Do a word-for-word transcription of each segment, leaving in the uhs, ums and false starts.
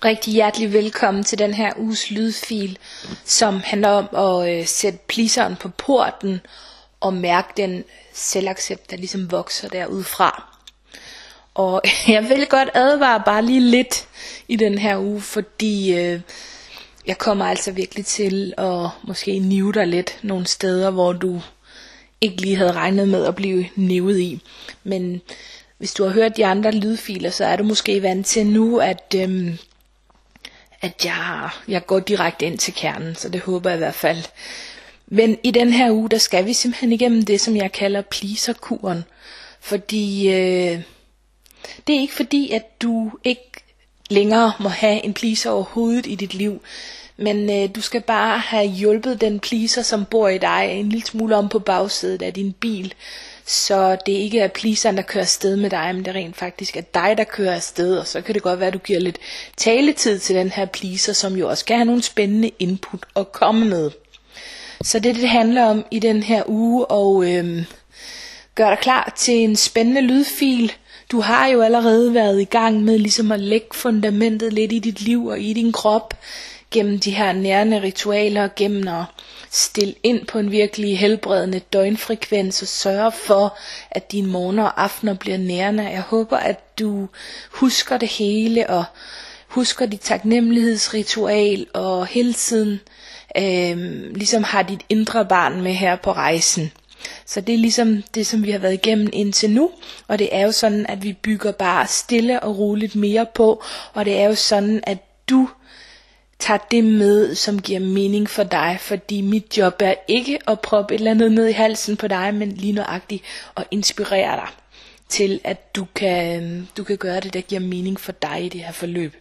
Rigtig hjertelig velkommen til den her uges lydfil, som handler om at øh, sætte pleaseren på porten og mærke den selvaccept, der ligesom vokser derudfra. Og jeg vil godt advare bare lige lidt i den her uge, fordi øh, jeg kommer altså virkelig til at måske nive dig lidt nogle steder, hvor du ikke lige havde regnet med at blive nivet i. Men hvis du har hørt de andre lydfiler, så er du måske vant til nu, at... Øh, at jeg, jeg går direkte ind til kernen, så det håber jeg i hvert fald. Men i den her uge, der skal vi simpelthen igennem det, som jeg kalder pleaserkuren. Fordi øh, det er ikke fordi, at du ikke længere må have en pleaser overhovedet i dit liv. Men øh, du skal bare have hjulpet den pleaser, som bor i dig, en lille smule om på bagsædet af din bil. Så det ikke er pleaseren, der kører afsted med dig, men det er rent faktisk er dig, der kører afsted. Og så kan det godt være, at du giver lidt taletid til den her pleaser, som jo også skal have nogle spændende input at komme med. Så det det handler om i den her uge, og øhm, gør dig klar til en spændende lydfil. Du har jo allerede været i gang med ligesom at lægge fundamentet lidt i dit liv og i din krop, gennem de her nærende ritualer, gennem at stille ind på en virkelig helbredende døgnfrekvens og sørge for, at dine morgener og aftener bliver nærende. Jeg håber, at du husker det hele og husker dit taknemmelighedsritual og hele tiden øh, ligesom har dit indre barn med her på rejsen. Så det er ligesom det, som vi har været igennem indtil nu, og det er jo sådan, at vi bygger bare stille og roligt mere på, og det er jo sådan, at du tag det med, som giver mening for dig, fordi mit job er ikke at proppe et eller andet ned i halsen på dig, men lige nøjagtigt at inspirere dig til, at du kan, du kan gøre det, der giver mening for dig i det her forløb.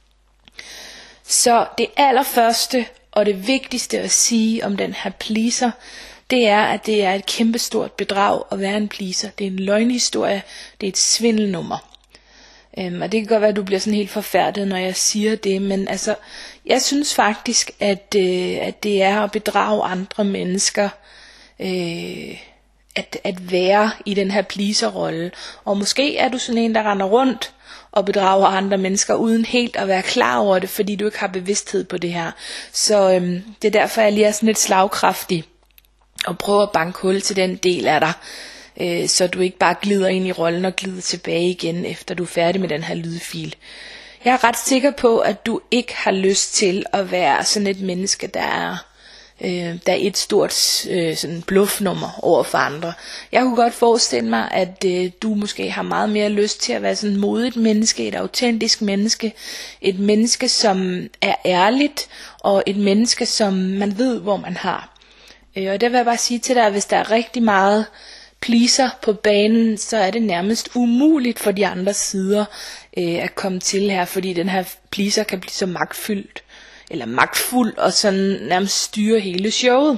Så det allerførste og det vigtigste at sige om den her pleaser, det er, at det er et kæmpestort bedrag at være en pleaser. Det er en løgnhistorie, det er et svindelnummer. Um, og det kan godt være, at du bliver sådan helt forfærdet, når jeg siger det, men altså, jeg synes faktisk, at, øh, at det er at bedrage andre mennesker, øh, at, at være i den her pleaser-rolle. Og måske er du sådan en, der render rundt og bedrager andre mennesker, uden helt at være klar over det, fordi du ikke har bevidsthed på det her. Så øh, det er derfor, jeg lige er sådan lidt slagkraftig, og prøver at banke hul til den del af dig, så du ikke bare glider ind i rollen og glider tilbage igen, efter du er færdig med den her lydfil. Jeg er ret sikker på, at du ikke har lyst til at være sådan et menneske, der er, øh, der er et stort øh, sådan bluffnummer over for andre. Jeg kunne godt forestille mig, at øh, du måske har meget mere lyst til at være sådan et modigt menneske, et autentisk menneske, et menneske, som er ærligt, og et menneske, som man ved, hvor man har. Øh, og det vil jeg bare sige til dig, at hvis der er rigtig meget pleaser på banen, så er det nærmest umuligt for de andre sider øh, at komme til her, fordi den her pleaser kan blive så magtfyldt, eller magtfuld, og sådan nærmest styre hele showet.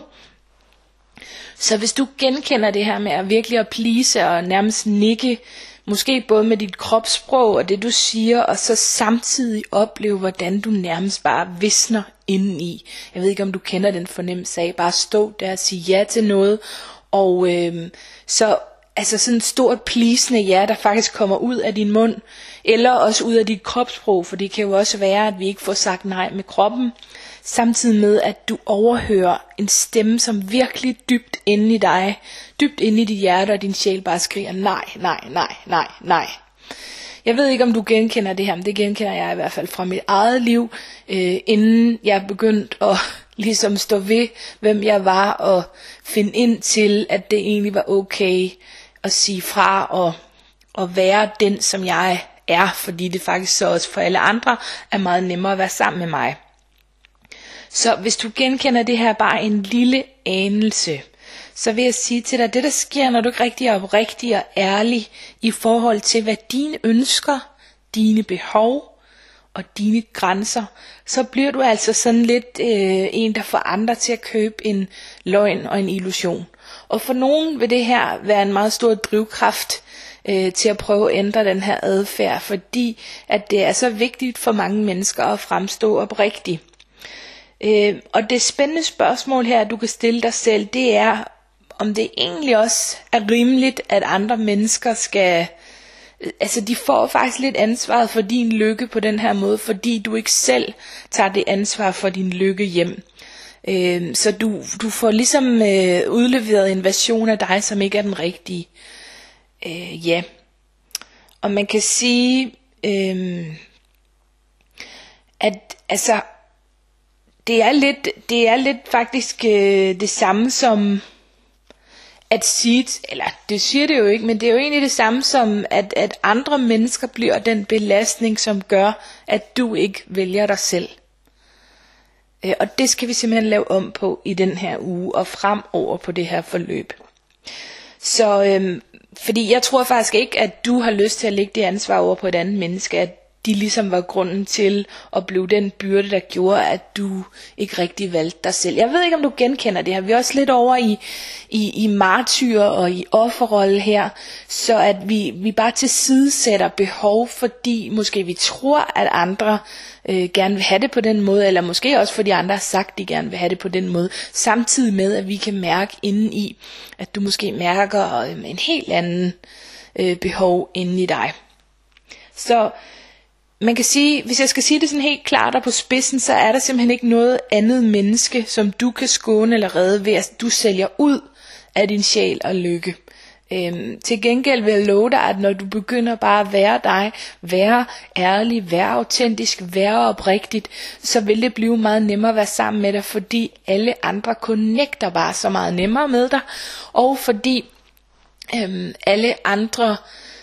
Så hvis du genkender det her med at virkelig at please og nærmest nikke, måske både med dit kropssprog og det du siger, og så samtidig opleve, hvordan du nærmest bare visner indeni. Jeg ved ikke, om du kender den fornemmelse af bare stå der og sige ja til noget, og øh, så altså sådan et stort pleasende ja, der faktisk kommer ud af din mund, eller også ud af dit kropssprog, for det kan jo også være, at vi ikke får sagt nej med kroppen, samtidig med, at du overhører en stemme, som virkelig dybt inde i dig, dybt inde i dit hjerte og din sjæl bare skriger nej, nej, nej, nej, nej. Jeg ved ikke, om du genkender det her, men det genkender jeg i hvert fald fra mit eget liv, øh, inden jeg begyndte at ligesom stå ved, hvem jeg var, og finde ind til, at det egentlig var okay at sige fra, og, og være den, som jeg er, fordi det faktisk så også for alle andre er meget nemmere at være sammen med mig. Så hvis du genkender det her bare en lille anelse, så vil jeg sige til dig, det der sker, når du ikke rigtig er oprigtig og ærlig i forhold til, hvad dine ønsker, dine behov og dine grænser, så bliver du altså sådan lidt øh, en, der får andre til at købe en løgn og en illusion. Og for nogen vil det her være en meget stor drivkraft øh, til at prøve at ændre den her adfærd, fordi at det er så vigtigt for mange mennesker at fremstå oprigtigt. Øh, og det spændende spørgsmål her, du kan stille dig selv, det er, om det egentlig også er rimeligt, at andre mennesker skal altså de får faktisk lidt ansvaret for din lykke på den her måde, fordi du ikke selv tager det ansvar for din lykke hjem. Øh, så du, du får ligesom øh, udleveret en version af dig, som ikke er den rigtige. Øh, ja. Og man kan sige, øh, at altså, det er lidt, det er lidt faktisk øh, det samme som at sige, eller det siger det jo ikke, men det er jo egentlig det samme som, at, at andre mennesker bliver den belastning, som gør, at du ikke vælger dig selv. Øh, og det skal vi simpelthen lave om på i den her uge, og fremover på det her forløb. Så, øh, fordi jeg tror faktisk ikke, at du har lyst til at lægge det ansvar over på et andet menneske, at de ligesom var grunden til at blive den byrde, der gjorde, at du ikke rigtig valgte dig selv. Jeg ved ikke, om du genkender det her. Vi er også lidt over i, i, i martyr og i offerrolle her, så at vi, vi bare tilsidesætter behov, fordi måske vi tror, at andre øh, gerne vil have det på den måde, eller måske også fordi andre har sagt, at de gerne vil have det på den måde, samtidig med, at vi kan mærke indeni, at du måske mærker øh, en helt anden øh, behov inde i dig. Så man kan sige, hvis jeg skal sige det sådan helt klart og på spidsen, så er der simpelthen ikke noget andet menneske, som du kan skåne eller redde ved, at du sælger ud af din sjæl og lykke. Øhm, til gengæld vil jeg love dig, at når du begynder bare at være dig, være ærlig, være autentisk, være oprigtigt, så vil det blive meget nemmere at være sammen med dig, fordi alle andre connecter bare så meget nemmere med dig, og fordi øhm, alle andre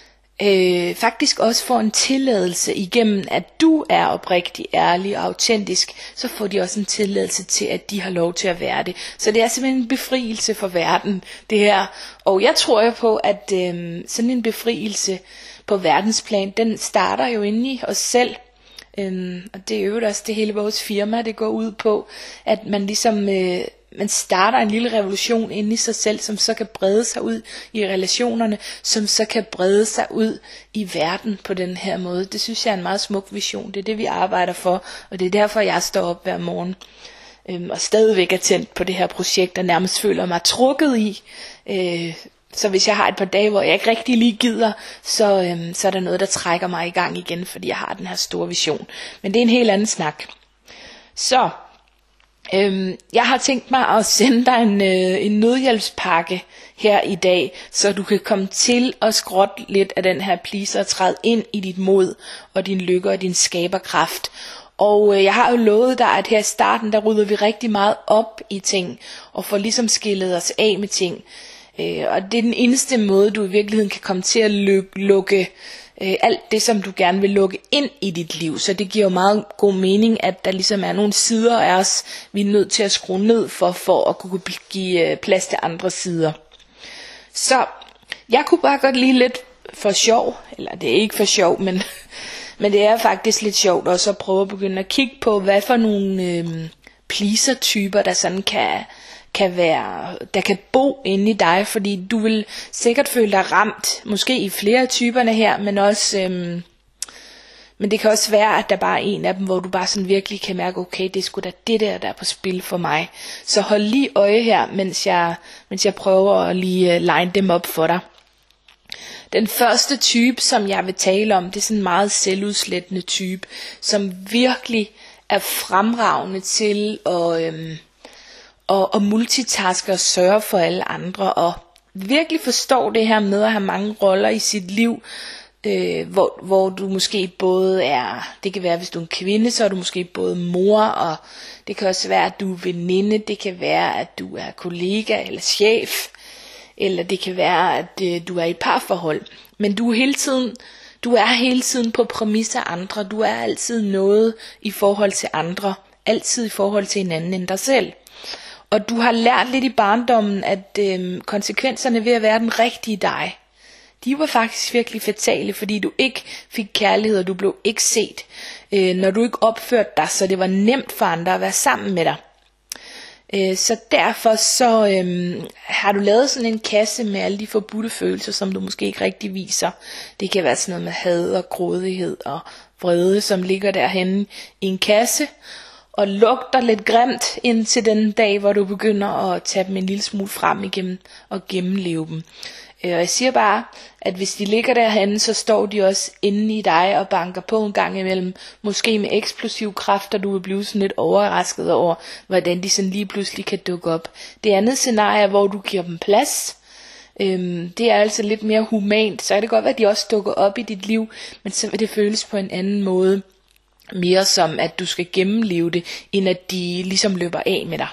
Øh, faktisk også får en tilladelse igennem, at du er oprigtig, ærlig og autentisk, så får de også en tilladelse til, at de har lov til at være det. Så det er simpelthen en befrielse for verden, det her. Og jeg tror jo på, at øh, sådan en befrielse på verdensplan, den starter jo inde i os selv. Øh, og det er jo også det hele vores firma, det går ud på, at man ligesom Øh, man starter en lille revolution inde i sig selv, som så kan brede sig ud i relationerne, som så kan brede sig ud i verden på den her måde. Det synes jeg er en meget smuk vision. Det er det, vi arbejder for, og det er derfor, jeg står op hver morgen øhm, og stadigvæk er tændt på det her projekt, og nærmest føler mig trukket i. Øh, så hvis jeg har et par dage, hvor jeg ikke rigtig lige gider, så, øhm, så er der noget, der trækker mig i gang igen, fordi jeg har den her store vision. Men det er en helt anden snak. Så Øhm, jeg har tænkt mig at sende dig en, øh, en nødhjælpspakke her i dag, så du kan komme til at skrotte lidt af den her pleaser og træde ind i dit mod og din lykke og din skaberkraft. Og øh, jeg har jo lovet dig, at her i starten, der rydder vi rigtig meget op i ting, og får ligesom skillet os af med ting. Øh, og det er den eneste måde, du i virkeligheden kan komme til at lukke, lukke øh, alt det, som du gerne vil lukke ind i dit liv. Så det giver jo meget god mening, at der ligesom er nogle sider af os, vi er nødt til at skrue ned for, for at kunne give øh, plads til andre sider. Så jeg kunne bare godt lide lidt for sjov, eller det er ikke for sjov, men, men det er faktisk lidt sjovt også at prøve at begynde at kigge på, hvad for nogle øh, pleaser-typer, der sådan kan... kan være, der kan bo inde i dig, fordi du vil sikkert føle dig ramt, måske i flere af typerne her, men også, øhm, men det kan også være, at der bare er en af dem, hvor du bare sådan virkelig kan mærke, okay, det er sgu da det der, der er på spil for mig. Så hold lige øje her, mens jeg, mens jeg prøver at lige line dem op for dig. Den første type, som jeg vil tale om, det er sådan en meget selvudslættende type, som virkelig er fremragende til at øhm, Og, og multitaske og sørge for alle andre, og virkelig forstår det her med at have mange roller i sit liv, øh, hvor, hvor du måske både er, det kan være, hvis du er en kvinde, så er du måske både mor, og det kan også være, at du er veninde, det kan være, at du er kollega eller chef, eller det kan være, at øh, du er i et parforhold, men du er hele tiden, du er hele tiden på præmis af andre, du er altid noget i forhold til andre, altid i forhold til en anden end dig selv. Og du har lært lidt i barndommen, at øh, konsekvenserne ved at være den rigtige dig, de var faktisk virkelig fatale, fordi du ikke fik kærlighed, og du blev ikke set, øh, når du ikke opførte dig, så det var nemt for andre at være sammen med dig. Øh, så derfor så øh, har du lavet sådan en kasse med alle de forbudte følelser, som du måske ikke rigtig viser. Det kan være sådan noget med had og grådighed og vrede, som ligger derhenne i en kasse, og lugter lidt grimt indtil den dag, hvor du begynder at tage dem en lille smule frem igennem og gennemleve dem. Og jeg siger bare, at hvis de ligger derhenne, så står de også inde i dig og banker på en gang imellem. Måske med eksplosiv kraft, og du vil blive sådan lidt overrasket over, hvordan de sådan lige pludselig kan dukke op. Det andet scenarie, hvor du giver dem plads, øhm, det er altså lidt mere humant. Så kan det godt være, at de også dukker op i dit liv, men så vil det føles på en anden måde. Mere som, at du skal gennemleve det, end at de ligesom løber af med dig.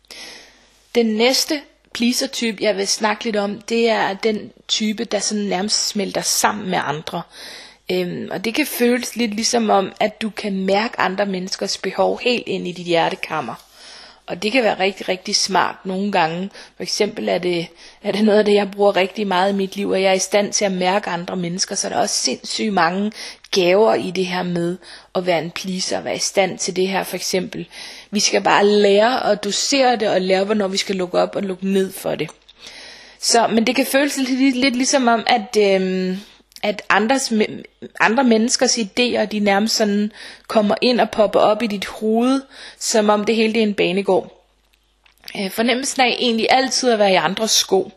Den næste pleaser-type, jeg vil snakke lidt om, det er den type, der sådan nærmest smelter sammen med andre. Øhm, og det kan føles lidt ligesom om, at du kan mærke andre menneskers behov helt ind i dit hjertekammer. Og det kan være rigtig, rigtig smart nogle gange. For eksempel er det, er det noget af det, jeg bruger rigtig meget i mit liv, og jeg er i stand til at mærke andre mennesker. Så der er også sindssygt mange gaver i det her med at være en pleaser, at være i stand til det her for eksempel. Vi skal bare lære at dosere det, og lære, hvornår vi skal lukke op og lukke ned for det. Så, men det kan føles lidt, lidt ligesom om, at... Øhm, at andres, andre menneskers idéer, de nærmest sådan kommer ind og popper op i dit hoved, som om det hele det er en banegård. Øh, fornemmelsen af egentlig altid at være i andres sko.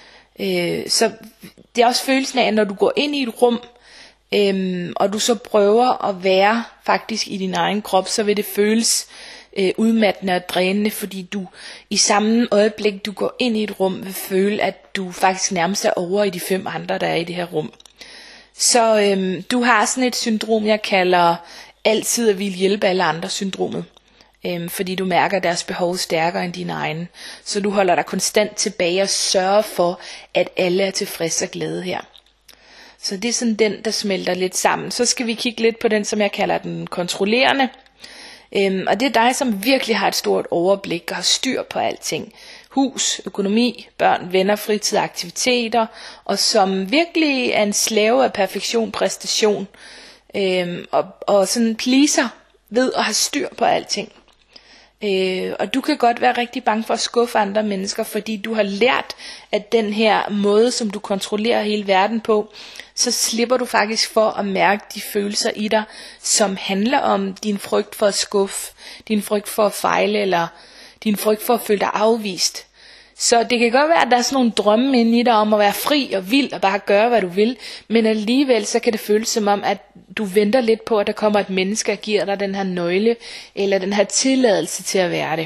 Øh, så det er også følelsen af, at når du går ind i et rum, øh, og du så prøver at være faktisk i din egen krop, så vil det føles øh, udmattende og drænende, fordi du i samme øjeblik, du går ind i et rum, vil føle, at du faktisk nærmest er over i de fem andre, der er i det her rum. Så øhm, du har sådan et syndrom, jeg kalder altid at ville hjælpe alle andre syndromet. Øhm, fordi du mærker deres behov stærkere end dine egne. Så du holder dig konstant tilbage og sørger for, at alle er tilfredse og glade her. Så det er sådan den, der smelter lidt sammen. Så skal vi kigge lidt på den, som jeg kalder den kontrollerende. Øhm, og det er dig, som virkelig har et stort overblik og har styr på alting. Hus, økonomi, børn, venner, fritid, aktiviteter, og som virkelig er en slave af perfektion, præstation, øhm, og, og sådan pleaser ved at have styr på alting. Øh, og du kan godt være rigtig bange for at skuffe andre mennesker, fordi du har lært, at den her måde, som du kontrollerer hele verden på, så slipper du faktisk for at mærke de følelser i dig, som handler om din frygt for at skuffe, din frygt for at fejle, eller din frygt for at føle dig afvist. Så det kan godt være, at der er sådan nogle drømme inde i dig om at være fri og vild og bare gøre, hvad du vil. Men alligevel så kan det føles som om, at du venter lidt på, at der kommer et menneske og giver dig den her nøgle, eller den her tilladelse til at være det.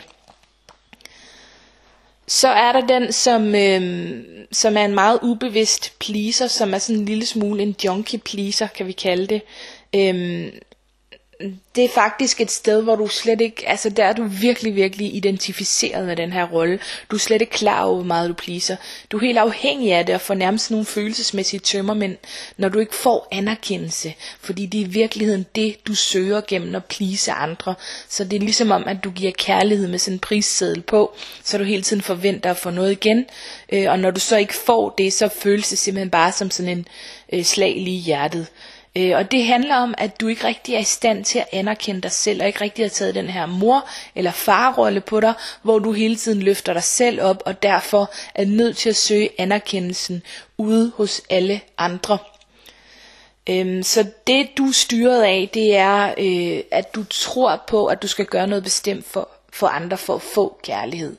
Så er der den, som, øh, som er en meget ubevidst pleaser, som er sådan en lille smule en junkie pleaser, kan vi kalde det. Øh, Det er faktisk et sted, hvor du slet ikke, altså der er du virkelig, virkelig identificeret med den her rolle. Du er slet ikke klar over, hvor meget du pleaser. Du er helt afhængig af det og får nærmest nogle følelsesmæssige tømmermænd, når du ikke får anerkendelse. Fordi det er i virkeligheden det, du søger gennem at please andre. Så det er ligesom om, at du giver kærlighed med sådan en prisseddel på, så du hele tiden forventer at få noget igen. Og når du så ikke får det, så føles det simpelthen bare som sådan en slag lige i hjertet. Og det handler om, at du ikke rigtig er i stand til at anerkende dig selv, og ikke rigtig har taget den her mor- eller farrolle på dig, hvor du hele tiden løfter dig selv op, og derfor er nødt til at søge anerkendelsen ude hos alle andre. Så det du er styret af, det er, at du tror på, at du skal gøre noget bestemt for, for andre, for at få kærlighed.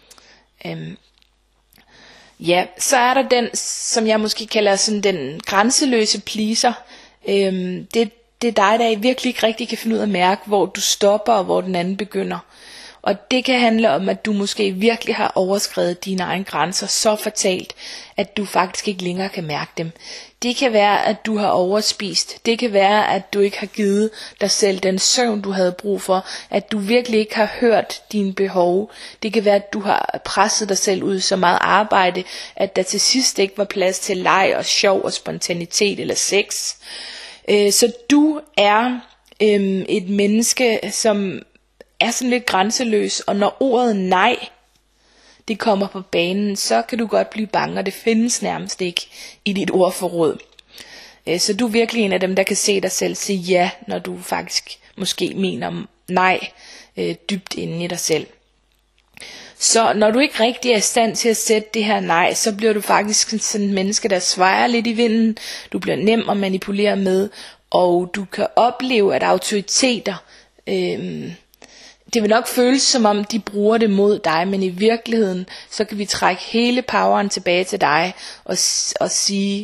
Ja, så er der den, som jeg måske kalder sådan den grænseløse pleaser. Øhm, det, det er dig, der virkelig ikke rigtig kan finde ud af at mærke, hvor du stopper og hvor den anden begynder. Og det kan handle om, at du måske virkelig har overskredet dine egne grænser så fatalt, at du faktisk ikke længere kan mærke dem. Det kan være, at du har overspist. Det kan være, at du ikke har givet dig selv den søvn, du havde brug for. At du virkelig ikke har hørt dine behov. Det kan være, at du har presset dig selv ud så meget arbejde, at der til sidst ikke var plads til leg og sjov og spontanitet eller sex. Så du er øhm, et menneske, som er sådan lidt grænseløs, og når ordet nej, det kommer på banen, så kan du godt blive bange, og det findes nærmest ikke i dit ordforråd. Så du er virkelig en af dem, der kan se dig selv sige ja, når du faktisk måske mener nej dybt inde i dig selv. Så når du ikke rigtig er i stand til at sætte det her nej, så bliver du faktisk sådan en menneske, der svejer lidt i vinden. Du bliver nem at manipulere med, og du kan opleve, at autoriteter øh, det vil nok føles som om de bruger det mod dig, men i virkeligheden, så kan vi trække hele poweren tilbage til dig, og, og sige,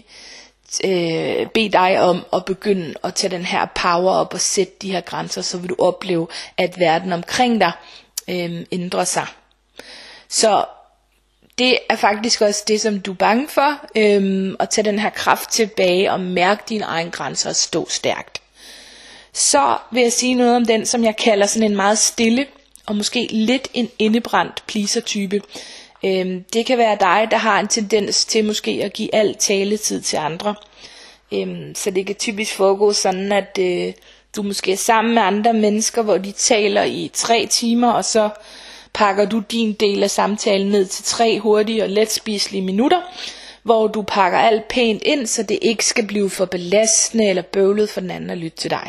øh, bed dig om at begynde at tage den her power op, og sætte de her grænser, så vil du opleve, at verden omkring dig øh, ændrer sig. Så det er faktisk også det, som du er bange for, øhm, at tage den her kraft tilbage og mærke dine egne grænser og stå stærkt. Så vil jeg sige noget om den, som jeg kalder sådan en meget stille og måske lidt en indebrændt pleaser-type. Øhm, det kan være dig, der har en tendens til måske at give al taletid til andre. Øhm, så det kan typisk foregå sådan, at øh, du måske er sammen med andre mennesker, hvor de taler i tre timer, og så pakker du din del af samtalen ned til tre hurtige og let spiselige minutter, hvor du pakker alt pænt ind, så det ikke skal blive for belastende eller bøvlet for den anden at lytte til dig.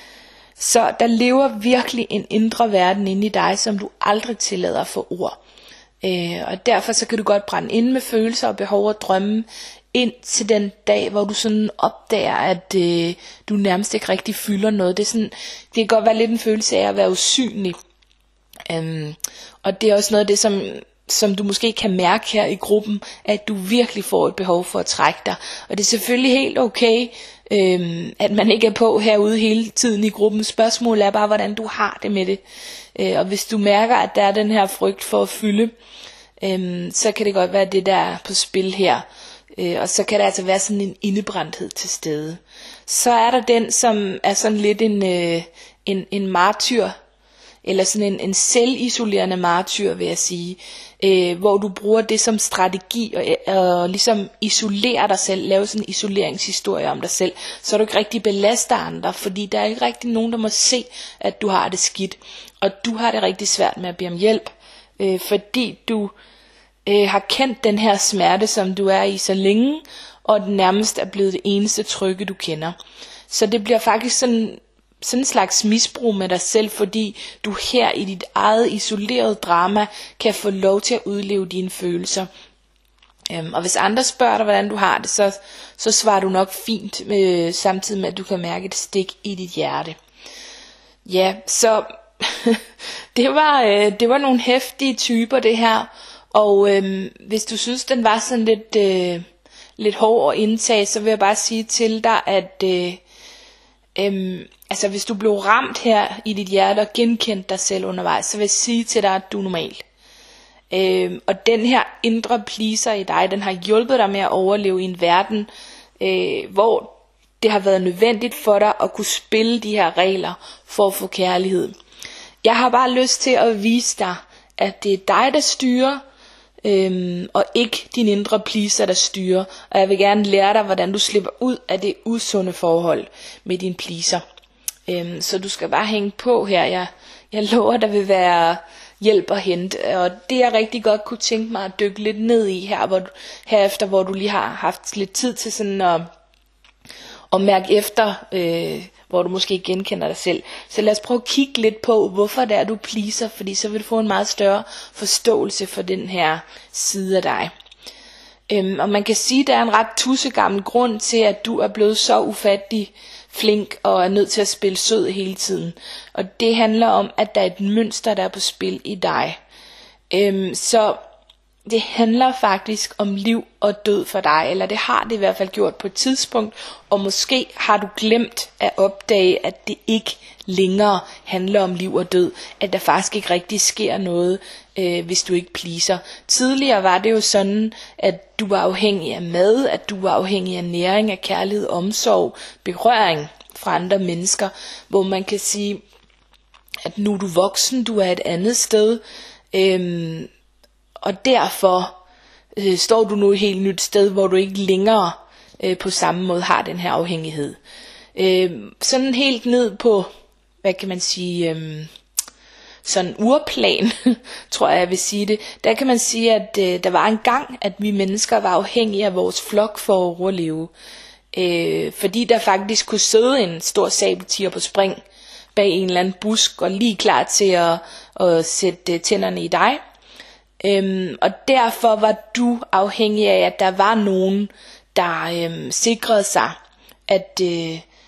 Så der lever virkelig en indre verden inde i dig, som du aldrig tillader at få ord. Øh, og derfor så kan du godt brænde ind med følelser og behov og drømme, ind til den dag, hvor du sådan opdager, at øh, du nærmest ikke rigtig fylder noget. Det, er sådan, det kan godt være lidt en følelse af at være usynlig. Um, og det er også noget af det, som, som du måske kan mærke her i gruppen, at du virkelig får et behov for at trække dig. Og det er selvfølgelig helt okay, um, at man ikke er på herude hele tiden i gruppen. Spørgsmålet er bare, hvordan du har det med det. Uh, og hvis du mærker, at der er den her frygt for at fylde, um, så kan det godt være det, der er på spil her. Uh, og så kan der altså være sådan en indebrændthed til stede. Så er der den, som er sådan lidt en, uh, en, en martyr, eller sådan en, en selvisolerende martyr, vil jeg sige, øh, hvor du bruger det som strategi, og, og ligesom isolerer dig selv, lave sådan en isoleringshistorie om dig selv, så du ikke rigtig belaster andre, fordi der er ikke rigtig nogen, der må se, at du har det skidt, og du har det rigtig svært med at bede om hjælp, øh, fordi du øh, har kendt den her smerte, som du er i så længe, og den nærmest er blevet det eneste trygge, du kender. Så det bliver faktisk sådan sådan en slags misbrug med dig selv, fordi du her i dit eget isolerede drama kan få lov til at udleve dine følelser. Øhm, og hvis andre spørger dig, hvordan du har det, så, så svarer du nok fint, øh, samtidig med at du kan mærke et stik i dit hjerte. Ja, så det var øh, det var nogle heftige typer det her, og øh, hvis du synes den var sådan lidt øh, lidt hård at indtage, så vil jeg bare sige til dig, at øh, Øhm, altså hvis du blev ramt her i dit hjerte og genkendt dig selv undervejs, så vil jeg sige til dig, at du er normal. øhm, Og den her indre pleaser i dig, den har hjulpet dig med at overleve i en verden, øh, hvor det har været nødvendigt for dig at kunne spille de her regler for at få kærlighed. Jeg har bare lyst til at vise dig, at det er dig, der styrer, Øhm, og ikke din indre pleaser, der styrer. Og jeg vil gerne lære dig, hvordan du slipper ud af det usunde forhold med din pleaser. øhm, Så du skal bare hænge på her. Jeg, jeg lover, der vil være hjælp at hente. Og det jeg rigtig godt kunne tænke mig at dykke lidt ned i her, hvor du, herefter, hvor du lige har haft lidt tid til sådan at, at mærke efter, øh, hvor du måske genkender dig selv. Så lad os prøve at kigge lidt på, hvorfor det er, du pleaser, fordi så vil du få en meget større forståelse for den her side af dig. Øhm, og man kan sige, at der er en ret tussegammel grund til, at du er blevet så ufattelig flink og er nødt til at spille sød hele tiden. Og det handler om, at der er et mønster, der er på spil i dig. Øhm, så det handler faktisk om liv og død for dig, eller det har det i hvert fald gjort på et tidspunkt, og måske har du glemt at opdage, at det ikke længere handler om liv og død, at der faktisk ikke rigtig sker noget, øh, hvis du ikke pleaser. Tidligere var det jo sådan, at du var afhængig af mad, at du var afhængig af næring, af kærlighed, omsorg, berøring fra andre mennesker, hvor man kan sige, at nu er du voksen, du er et andet sted, øh, og derfor øh, står du nu et helt nyt sted, hvor du ikke længere øh, på samme måde har den her afhængighed. Øh, sådan helt ned på, hvad kan man sige, øh, sådan urplan, tror jeg jeg vil sige det. Der kan man sige, at øh, der var en gang, at vi mennesker var afhængige af vores flok for at overleve. Øh, fordi der faktisk kunne sidde en stor sabeltiger på spring bag en eller anden busk og lige klar til at, at sætte tænderne i dig. Øhm, og derfor var du afhængig af, at der var nogen, der øhm, sikrede sig, at, øh,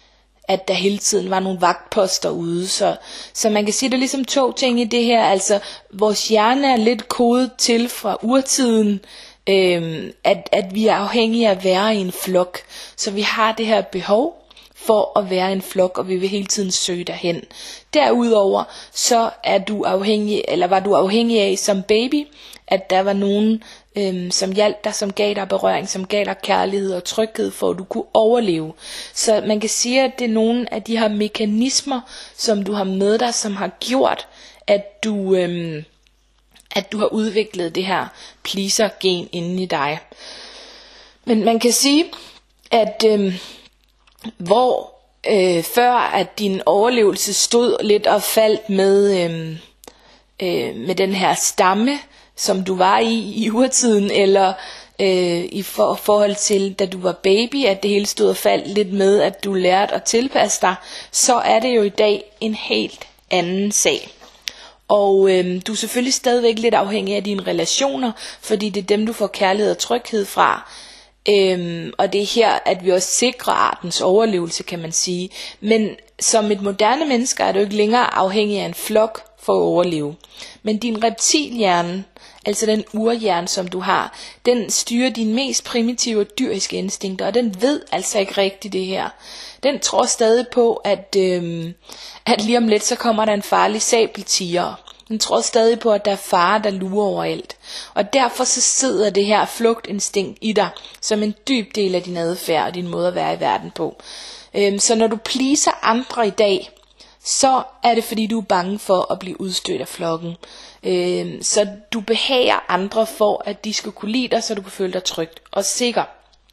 at der hele tiden var nogle vagtposter ude. Så, så man kan sige, det er ligesom to ting i det her. Altså, vores hjerne er lidt kodet til fra urtiden, øhm, at, at vi er afhængige af at være i en flok. Så vi har det her behov for at være en flok, og vi vil hele tiden søge derhen. Derudover så er du afhængig, eller var du afhængig af som baby, at der var nogen, øhm, som hjalp dig, som gav dig berøring, som gav dig kærlighed og tryghed, for at du kunne overleve. Så man kan sige, at det er nogle af de her mekanismer, som du har med dig, som har gjort, at du, øhm, at du har udviklet det her pleaser-gen inde i dig. Men man kan sige, at øhm, hvor øh, før at din overlevelse stod lidt og faldt med, øh, øh, med den her stamme, som du var i i urtiden, eller øh, i for, forhold til da du var baby, at det hele stod og faldt lidt med, at du lærte at tilpasse dig, så er det jo i dag en helt anden sag. Og øh, du er selvfølgelig stadigvæk lidt afhængig af dine relationer, fordi det er dem, du får kærlighed og tryghed fra. Øhm, og det er her, at vi også sikrer artens overlevelse, kan man sige. Men som et moderne menneske er du ikke længere afhængig af en flok for at overleve. Men din reptilhjerne, altså den urhjerne, som du har, den styrer dine mest primitive dyriske instinkter, og den ved altså ikke rigtigt det her. Den tror stadig på, at, øhm, at lige om lidt, så kommer der en farlig sabeltiger. Den tror stadig på, at der er fare, der lurer overalt. Og derfor så sidder det her flugtinstinkt i dig, som en dyb del af din adfærd og din måde at være i verden på. Øhm, så når du pleaser andre i dag, så er det fordi, du er bange for at blive udstødt af flokken. Øhm, så du behager andre for, at de skal kunne lide dig, så du kan føle dig trygt og sikker.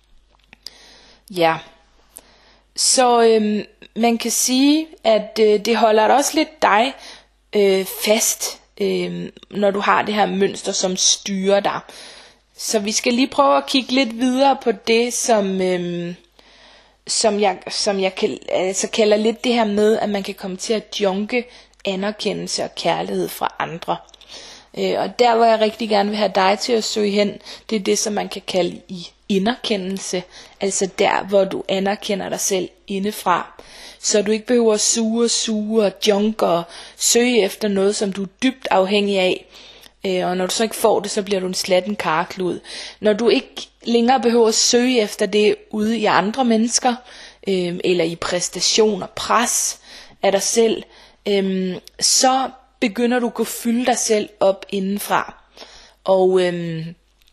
Ja. Så øhm, man kan sige, at øh, det holder dig også lidt dig øh, fast, øh, når du har det her mønster, som styrer dig. Så vi skal lige prøve at kigge lidt videre på det, som, øh, som jeg, som jeg kan, altså kalder lidt det her med, at man kan komme til at junke anerkendelse og kærlighed fra andre. Øh, og der hvor jeg rigtig gerne vil have dig til at søge hen, det er det som man kan kalde i inderkendelse. Altså der hvor du anerkender dig selv indefra, så du ikke behøver at suge og suge og junke og søge efter noget som du er dybt afhængig af. øh, Og når du så ikke får det, så bliver du en slatten karklud. Når du ikke længere behøver at søge efter det ude i andre mennesker, øh, eller i præstation og pres af dig selv, øh, så begynder du at kunne fylde dig selv op indenfra. Og øhm,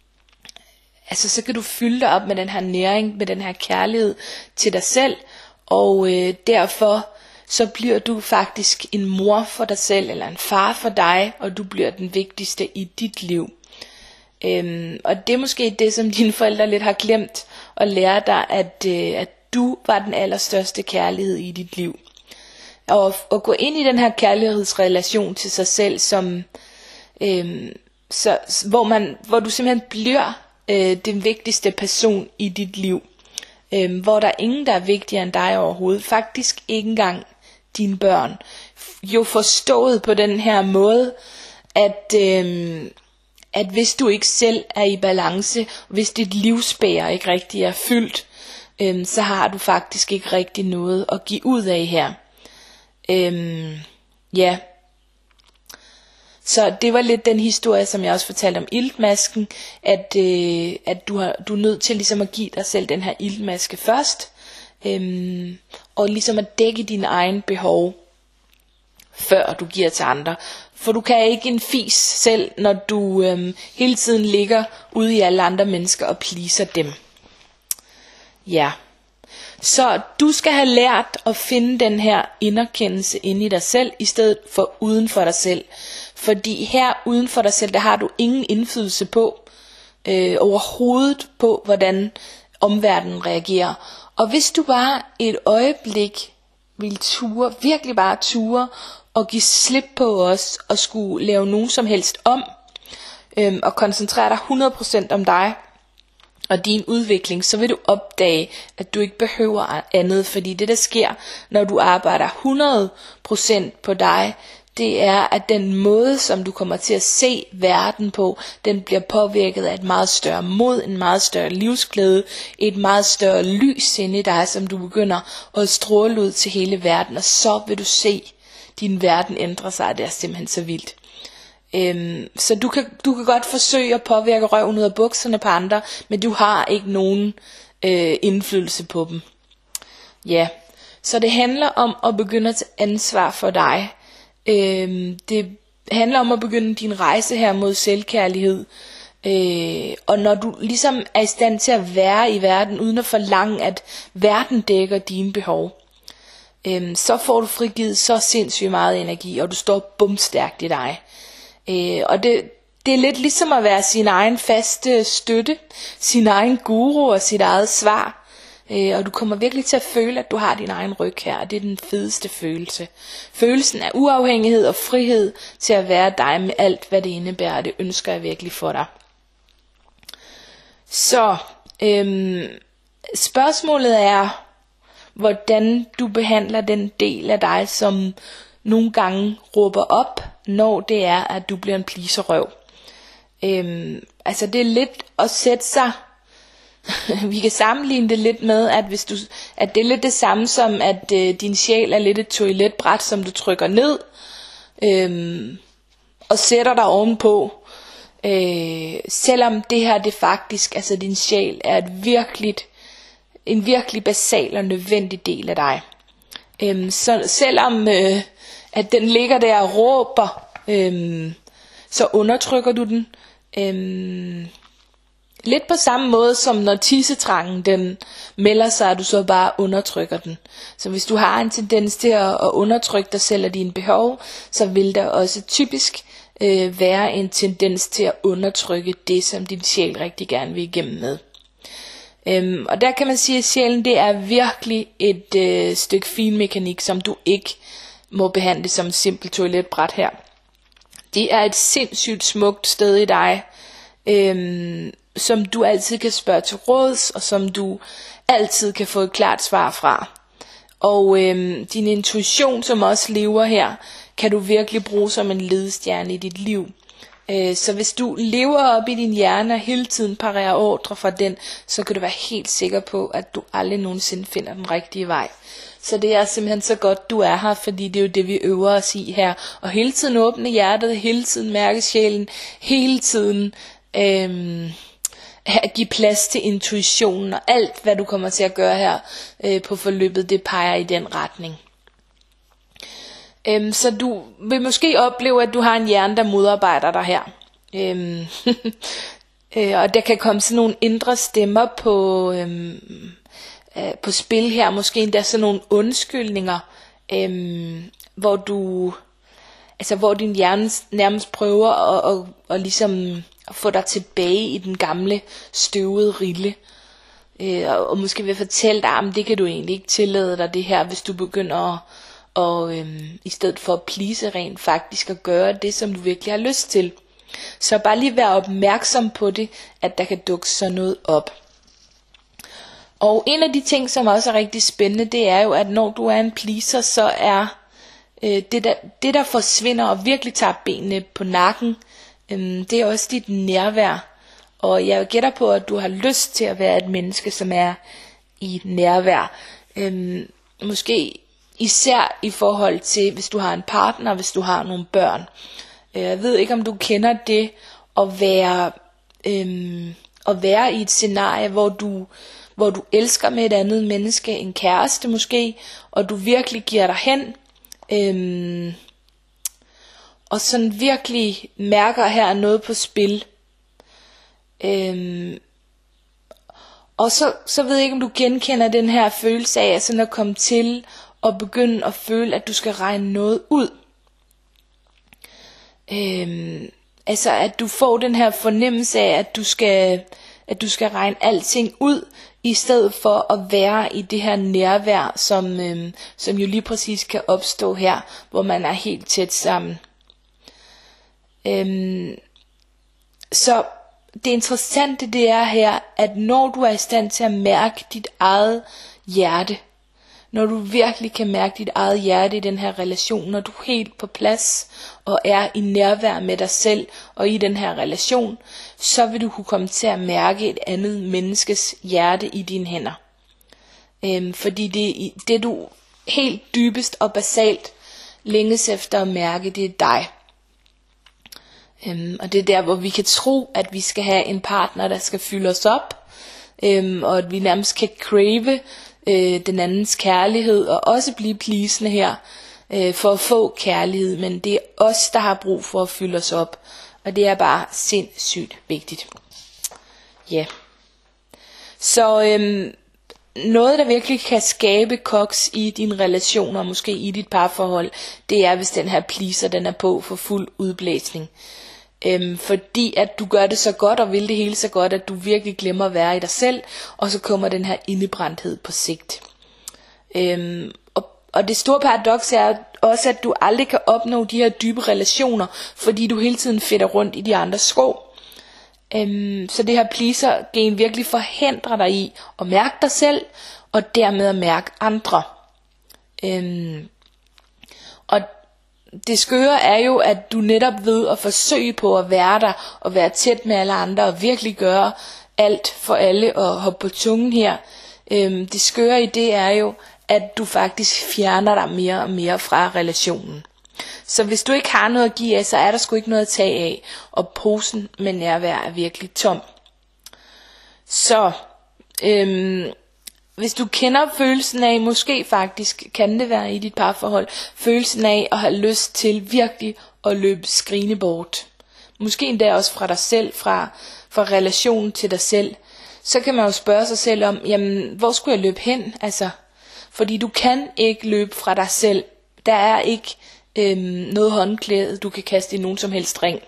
altså så kan du fylde dig op med den her næring, med den her kærlighed til dig selv. Og øh, derfor så bliver du faktisk en mor for dig selv, eller en far for dig, og du bliver den vigtigste i dit liv. Øhm, og det er måske det, som dine forældre lidt har glemt, at lære dig, at, øh, at du var den allerstørste kærlighed i dit liv. Og at gå ind i den her kærlighedsrelation til sig selv, som, øhm, så, hvor, man, hvor du simpelthen bliver øh, den vigtigste person i dit liv. Øhm, hvor der er ingen, der er vigtigere end dig overhovedet. Faktisk ikke engang dine børn. Jo forstået på den her måde, at, øhm, at hvis du ikke selv er i balance, hvis dit livsbæger ikke rigtig er fyldt, øhm, så har du faktisk ikke rigtig noget at give ud af her. Øhm, ja. Så det var lidt den historie, som jeg også fortalte om iltmasken, at, øh, at du, har, du er nødt til ligesom at give dig selv den her iltmaske først, øhm, og ligesom at dække dine egne behov, før du giver til andre. For du kan ikke en fis selv, når du øhm, hele tiden ligger ude i alle andre mennesker og pleaser dem. Ja. Så du skal have lært at finde den her inderkendelse inde i dig selv, i stedet for uden for dig selv. Fordi her uden for dig selv, der har du ingen indflydelse på, øh, overhovedet på, hvordan omverdenen reagerer. Og hvis du bare et øjeblik ville ture, virkelig bare ture, og give slip på os, og skulle lave nogen som helst om, øh, og koncentrere dig hundrede procent om dig, og din udvikling, så vil du opdage, at du ikke behøver andet. Fordi det der sker, når du arbejder hundrede procent på dig, det er, at den måde, som du kommer til at se verden på, den bliver påvirket af et meget større mod, en meget større livsglæde, et meget større lys inde i dig, som du begynder at stråle ud til hele verden, og så vil du se din verden ændre sig, det er simpelthen så vildt. Øhm, så du kan, du kan godt forsøge at påvirke røven ud af bukserne på andre, men du har ikke nogen øh, indflydelse på dem. Ja, så det handler om at begynde at tage ansvar for dig. Øhm, det handler om at begynde din rejse her mod selvkærlighed. Øh, og når du ligesom er i stand til at være i verden, uden at forlange, at verden dækker dine behov, øhm, så får du frigivet så sindssygt meget energi, og du står bumstærkt i dig. Øh, og det, det er lidt ligesom at være sin egen faste støtte, sin egen guru og sit eget svar. Øh, og du kommer virkelig til at føle, at du har din egen ryg her, og det er den fedeste følelse. Følelsen af uafhængighed og frihed til at være dig med alt, hvad det indebærer, det ønsker jeg virkelig for dig. Så øhm, spørgsmålet er, hvordan du behandler den del af dig, som nogle gange råber op, når det er, at du bliver en pleaserrøv. Øhm, altså det er lidt at sætte sig, vi kan sammenligne det lidt med, at, hvis du, at det er lidt det samme som, at øh, din sjæl er lidt et toiletbræt, som du trykker ned, øhm, og sætter dig ovenpå. Øh, selvom det her, det faktisk, altså din sjæl er et virkeligt, en virkelig basal og nødvendig del af dig. Øhm, så selvom øh, at den ligger der og råber, øhm, så undertrykker du den. Øhm, lidt på samme måde som når tissetrangen den melder sig, at du så bare undertrykker den. Så hvis du har en tendens til at, at undertrykke dig selv og dine behov, så vil der også typisk øh, være en tendens til at undertrykke det, som din sjæl rigtig gerne vil igennem med. Øhm, og der kan man sige, at sjælen, det er virkelig et øh, stykke finmekanik, som du ikke må behandle som et simpelt toiletbræt her. Det er et sindssygt smukt sted i dig, øhm, som du altid kan spørge til råds, og som du altid kan få et klart svar fra. Og øhm, din intuition, som også lever her, kan du virkelig bruge som en ledestjerne i dit liv. Øh, så hvis du lever op i din hjerne og hele tiden parerer ordre fra den, så kan du være helt sikker på, at du aldrig nogensinde finder den rigtige vej. Så det er simpelthen så godt, du er her, fordi det er jo det, vi øver os i her. Og hele tiden åbne hjertet, hele tiden mærke sjælen, hele tiden øhm, at give plads til intuitionen, og alt hvad du kommer til at gøre her øh, på forløbet, det peger i den retning. Øhm, så du vil måske opleve, at du har en hjerne, der modarbejder dig her. Øhm, øh, og der kan komme sådan nogle indre stemmer på, øhm, øh, på spil her. Måske endda sådan nogle undskyldninger, øhm, hvor du, altså hvor din hjerne nærmest prøver at, at, at, at ligesom at få dig tilbage i den gamle støvede rille. Øh, og, og måske vil fortælle dig, at det kan du egentlig ikke tillade dig det her, hvis du begynder at og øhm, i stedet for at please rent faktisk at gøre det, som du virkelig har lyst til. Så bare lige være opmærksom på det, at der kan dukke sådan noget op. Og en af de ting, som også er rigtig spændende, det er jo, at når du er en pleaser, så er øh, det, der, det der forsvinder og virkelig tager benene på nakken, øh, det er også dit nærvær. Og jeg gætter på, at du har lyst til at være et menneske, som er i nærvær. Øh, måske især i forhold til, hvis du har en partner, hvis du har nogle børn. Jeg ved ikke, om du kender det, at være, øhm, at være i et scenarie, hvor du, hvor du elsker med et andet menneske, en kæreste måske, og du virkelig giver dig hen, øhm, og sådan virkelig mærker, at her er noget på spil. Øhm, og så, så ved jeg ikke, om du genkender den her følelse af, at sådan at komme til og begynde at føle, at du skal regne noget ud. Øhm, altså at du får den her fornemmelse af, at du skal, at du skal regne alting ud, i stedet for at være i det her nærvær, som, øhm, som jo lige præcis kan opstå her, hvor man er helt tæt sammen. Øhm, så det interessante det er her, at når du er i stand til at mærke dit eget hjerte, Når du virkelig kan mærke dit eget hjerte i den her relation, når du er helt på plads og er i nærvær med dig selv og i den her relation, så vil du kunne komme til at mærke et andet menneskes hjerte i dine hænder. Øhm, fordi det, det du helt dybest og basalt længes efter at mærke, det er dig. Øhm, og det er der, hvor vi kan tro, at vi skal have en partner, der skal fylde os op, øhm, og at vi nærmest kan crave øh, den andens kærlighed, og også blive pleasende her, øh, for at få kærlighed, men det er os, der har brug for at fylde os op, og det er bare sindssygt vigtigt. Ja. Yeah. Så øhm, noget, der virkelig kan skabe koks i dine relationer, måske i dit parforhold, det er, hvis den her pleaser, den er på for fuld udblæsning. Øhm, fordi at du gør det så godt og vil det hele så godt, at du virkelig glemmer at være i dig selv, og så kommer den her indebrændthed på sigt. Øhm, og, og det store paradoks er også, at du aldrig kan opnå de her dybe relationer, fordi du hele tiden fedter rundt i de andres sko. Øhm, så det her pleaser-gen virkelig forhindrer dig i at mærke dig selv, og dermed at mærke andre. Øhm, og det skøre er jo, at du netop ved at forsøge på at være der, og være tæt med alle andre, og virkelig gøre alt for alle, og hoppe på tungen her. Øhm, det skøre i det er jo, at du faktisk fjerner dig mere og mere fra relationen. Så hvis du ikke har noget at give af, så er der sgu ikke noget at tage af, og posen med nærvær er virkelig tom. Så øhm, hvis du kender følelsen af, måske faktisk kan det være i dit parforhold, følelsen af at have lyst til virkelig at løbe skrigende bort, måske endda også fra dig selv, fra, fra relationen til dig selv, så kan man jo spørge sig selv om, jamen hvor skulle jeg løbe hen? Altså, fordi du kan ikke løbe fra dig selv. Der er ikke øhm, noget håndklæde, du kan kaste i nogen som helst ring.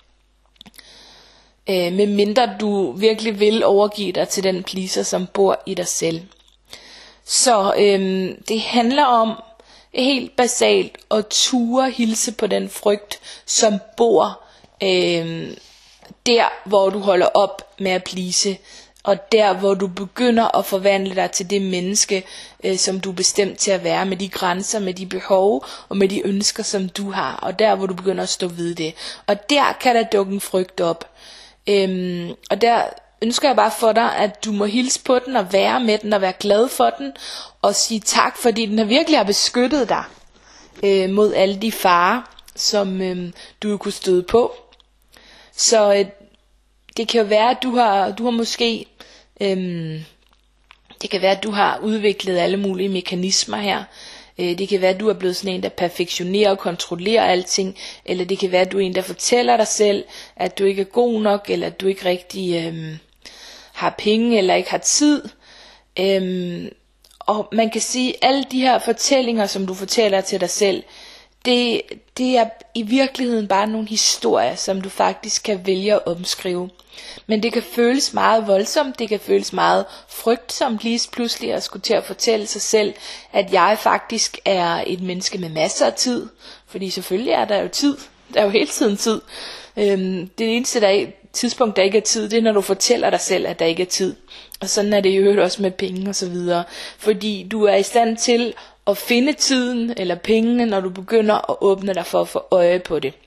Øh, med mindre du virkelig vil overgive dig til den pleaser, som bor i dig selv. Så øhm, det handler om helt basalt at ture hilse på den frygt, som bor øhm, der, hvor du holder op med at please, og der, hvor du begynder at forvandle dig til det menneske, øh, som du er bestemt til at være, med de grænser, med de behov og med de ønsker, som du har, og der, hvor du begynder at stå ved det. Og der kan der dukke en frygt op. Øhm, og der ønsker jeg bare for dig, at du må hilse på den og være med den og være glad for den og sige tak, fordi den har virkelig har beskyttet dig øh, mod alle de farer, som øh, du kunne støde på. Så øh, det kan jo være, at du har, du har måske øh, det kan være, at du har udviklet alle mulige mekanismer her. Øh, det kan være, at du er blevet sådan en, der perfektionerer og kontrollerer alting, eller det kan være, at du er en, der fortæller dig selv, at du ikke er god nok, eller at du ikke rigtig øh, har penge eller ikke har tid. Øhm, og man kan sige, at alle de her fortællinger, som du fortæller til dig selv, det, det er i virkeligheden bare nogle historier, som du faktisk kan vælge at omskrive. Men det kan føles meget voldsomt, det kan føles meget frygtsomt lige pludselig at skulle til at fortælle sig selv, at jeg faktisk er et menneske med masser af tid. Fordi selvfølgelig er der jo tid, der er jo hele tiden tid. Øhm, det eneste der er, tidspunkt der ikke er tid, det er når du fortæller dig selv, at der ikke er tid. Og sådan er det jo også med penge og så videre. Fordi du er i stand til at finde tiden eller pengene, når du begynder at åbne dig for at få øje på det.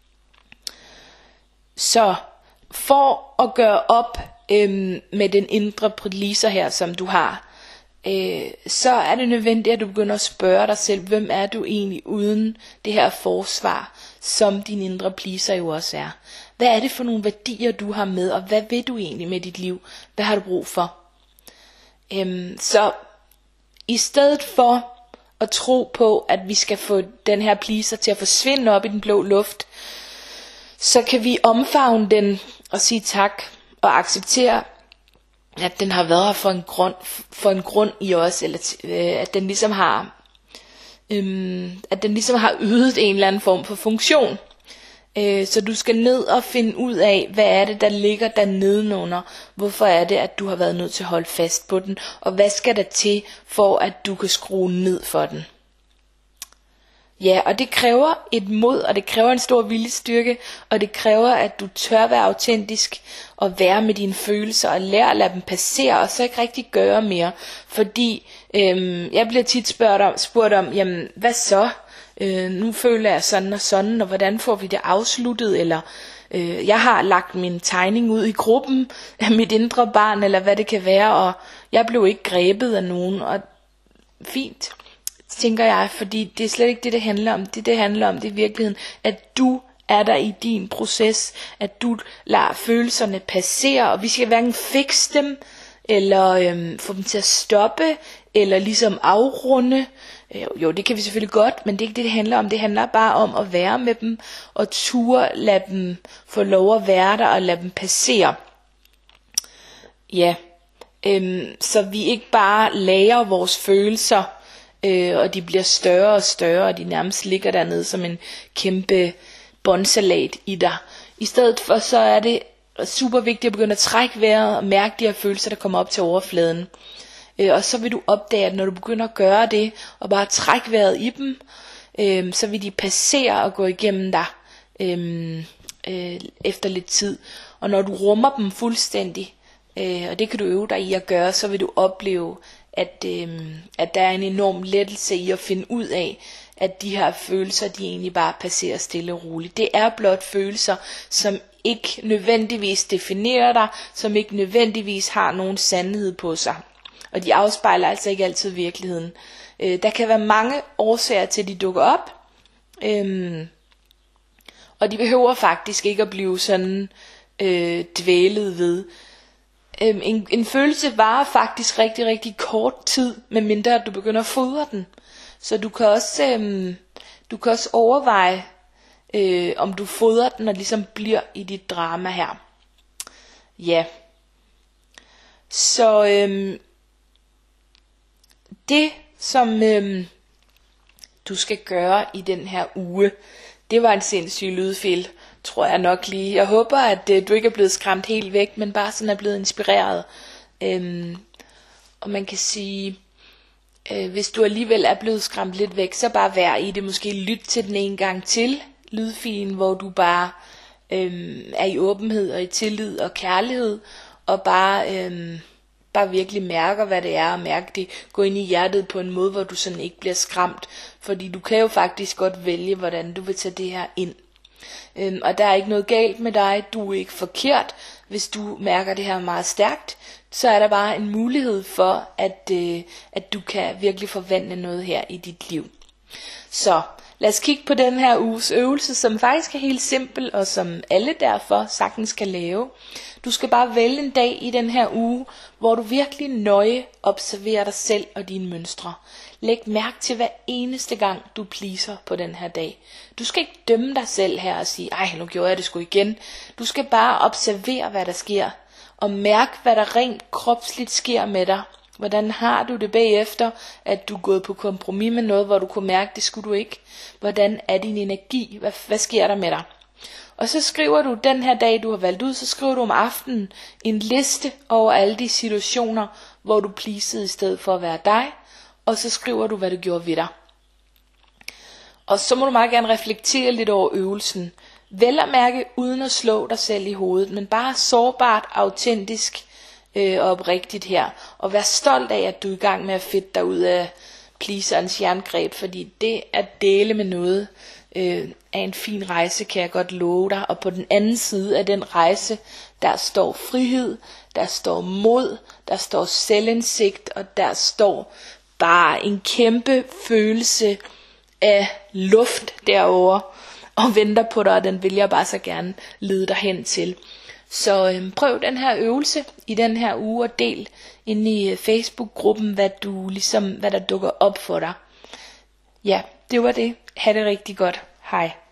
Så for at gøre op øhm, med den indre pleaser her, som du har, øh, så er det nødvendigt, at du begynder at spørge dig selv, hvem er du egentlig uden det her forsvar, som din indre pleaser jo også er. Hvad er det for nogle værdier, du har med, og hvad vil du egentlig med dit liv? Hvad har du brug for? Øhm, så i stedet for at tro på, at vi skal få den her pleaser til at forsvinde op i den blå luft, så kan vi omfavne den og sige tak og acceptere, at den har været her for en grund, for en grund i os, eller øh, at den ligesom har, øh, at den ligesom har ydet en eller anden form for funktion. Øh, så du skal ned og finde ud af, hvad er det, der ligger der nedenunder. Hvorfor er det, at du har været nødt til at holde fast på den, og hvad skal der til for, at du kan skrue ned for den? Ja, og det kræver et mod, og det kræver en stor viljestyrke, og det kræver, at du tør være autentisk og være med dine følelser og lære at lade dem passere, og så ikke rigtig gøre mere. Fordi øhm, jeg bliver tit spurgt om, spurgt om, jamen hvad så? Øh, nu føler jeg sådan og sådan, og hvordan får vi det afsluttet? Eller øh, jeg har lagt min tegning ud i gruppen af mit indre barn, eller hvad det kan være, og jeg blev ikke grebet af nogen, og fint, tænker jeg, fordi det er slet ikke det, det handler om. Det, det handler om, det er i virkeligheden, at du er der i din proces, at du lader følelserne passere, og vi skal hverken fikse dem, eller øhm, få dem til at stoppe, eller ligesom afrunde. Øh, jo, det kan vi selvfølgelig godt, men det er ikke det, det handler om. Det handler bare om at være med dem, og ture lade dem få lov at være der, og lade dem passere. Ja, øhm, så vi ikke bare lagrer vores følelser, øh, og de bliver større og større, og de nærmest ligger dernede som en kæmpe båndsalat i dig. I stedet for, så er det super vigtigt at begynde at trække vejret og mærke de her følelser, der kommer op til overfladen. Øh, og så vil du opdage, at når du begynder at gøre det, og bare trække vejret i dem, øh, så vil de passere og gå igennem dig øh, øh, efter lidt tid. Og når du rummer dem fuldstændig, øh, og det kan du øve dig i at gøre, så vil du opleve, at, øh, at der er en enorm lettelse i at finde ud af, at de her følelser, de egentlig bare passerer stille og roligt. Det er blot følelser, som ikke nødvendigvis definerer dig, som ikke nødvendigvis har nogen sandhed på sig. Og de afspejler altså ikke altid virkeligheden. Øh, der kan være mange årsager til, at de dukker op. Øhm, og de behøver faktisk ikke at blive sådan øh, dvælet ved. Øhm, en, en følelse varer faktisk rigtig, rigtig kort tid, medmindre du begynder at fodre den. Så du kan også, øhm, du kan også overveje, øh, om du fodrer den og ligesom bliver i dit drama her. Ja. Så øhm, det som øhm, du skal gøre i den her uge, det var en sindssyg lydfil, tror jeg nok lige. Jeg håber, at øh, du ikke er blevet skræmt helt væk, men bare sådan er blevet inspireret. Øhm, og man kan sige, øh, hvis du alligevel er blevet skræmt lidt væk, så bare vær i det. Måske lyt til den en gang til, lydfilen, hvor du bare øhm, er i åbenhed og i tillid og kærlighed, og bare, øhm, bare virkelig mærker, hvad det er, og mærke det, gå ind i hjertet på en måde, hvor du sådan ikke bliver skræmt, fordi du kan jo faktisk godt vælge, hvordan du vil tage det her ind. Øhm, og der er ikke noget galt med dig, du er ikke forkert. Hvis du mærker det her meget stærkt, så er der bare en mulighed for, at, øh, at du kan virkelig forvandle noget her i dit liv. Så lad os kigge på den her uges øvelse, som faktisk er helt simpel, og som alle derfor sagtens kan lave. Du skal bare vælge en dag i den her uge, hvor du virkelig nøje observerer dig selv og dine mønstre. Læg mærke til hver eneste gang, du pleaser på den her dag. Du skal ikke dømme dig selv her og sige, ej, nu gjorde jeg det sgu igen. Du skal bare observere, hvad der sker, og mærke, hvad der rent kropsligt sker med dig. Hvordan har du det bagefter, at du er gået på kompromis med noget, hvor du kunne mærke, det skulle du ikke? Hvordan er din energi? Hvad, hvad sker der med dig? Og så skriver du den her dag, du har valgt ud, så skriver du om aftenen en liste over alle de situationer, hvor du pleasede i stedet for at være dig. Og så skriver du, hvad du gjorde ved dig. Og så må du meget gerne reflektere lidt over øvelsen. Vel at mærke uden at slå dig selv i hovedet, men bare sårbart, autentisk øh, og oprigtigt her. Og vær stolt af, at du er i gang med at fedte dig ud af pleaserens jerngreb, fordi det at dele med noget øh, er en fin rejse, kan jeg godt love dig. Og på den anden side af den rejse, der står frihed, der står mod, der står selvindsigt, og der står bare en kæmpe følelse af luft derovre, og venter på dig, og den vil jeg bare så gerne lede dig hen til. Så øhm, prøv den her øvelse i den her uge, og del inde i Facebook-gruppen, hvad, du, ligesom, hvad der dukker op for dig. Ja, det var det. Ha' det rigtig godt. Hej.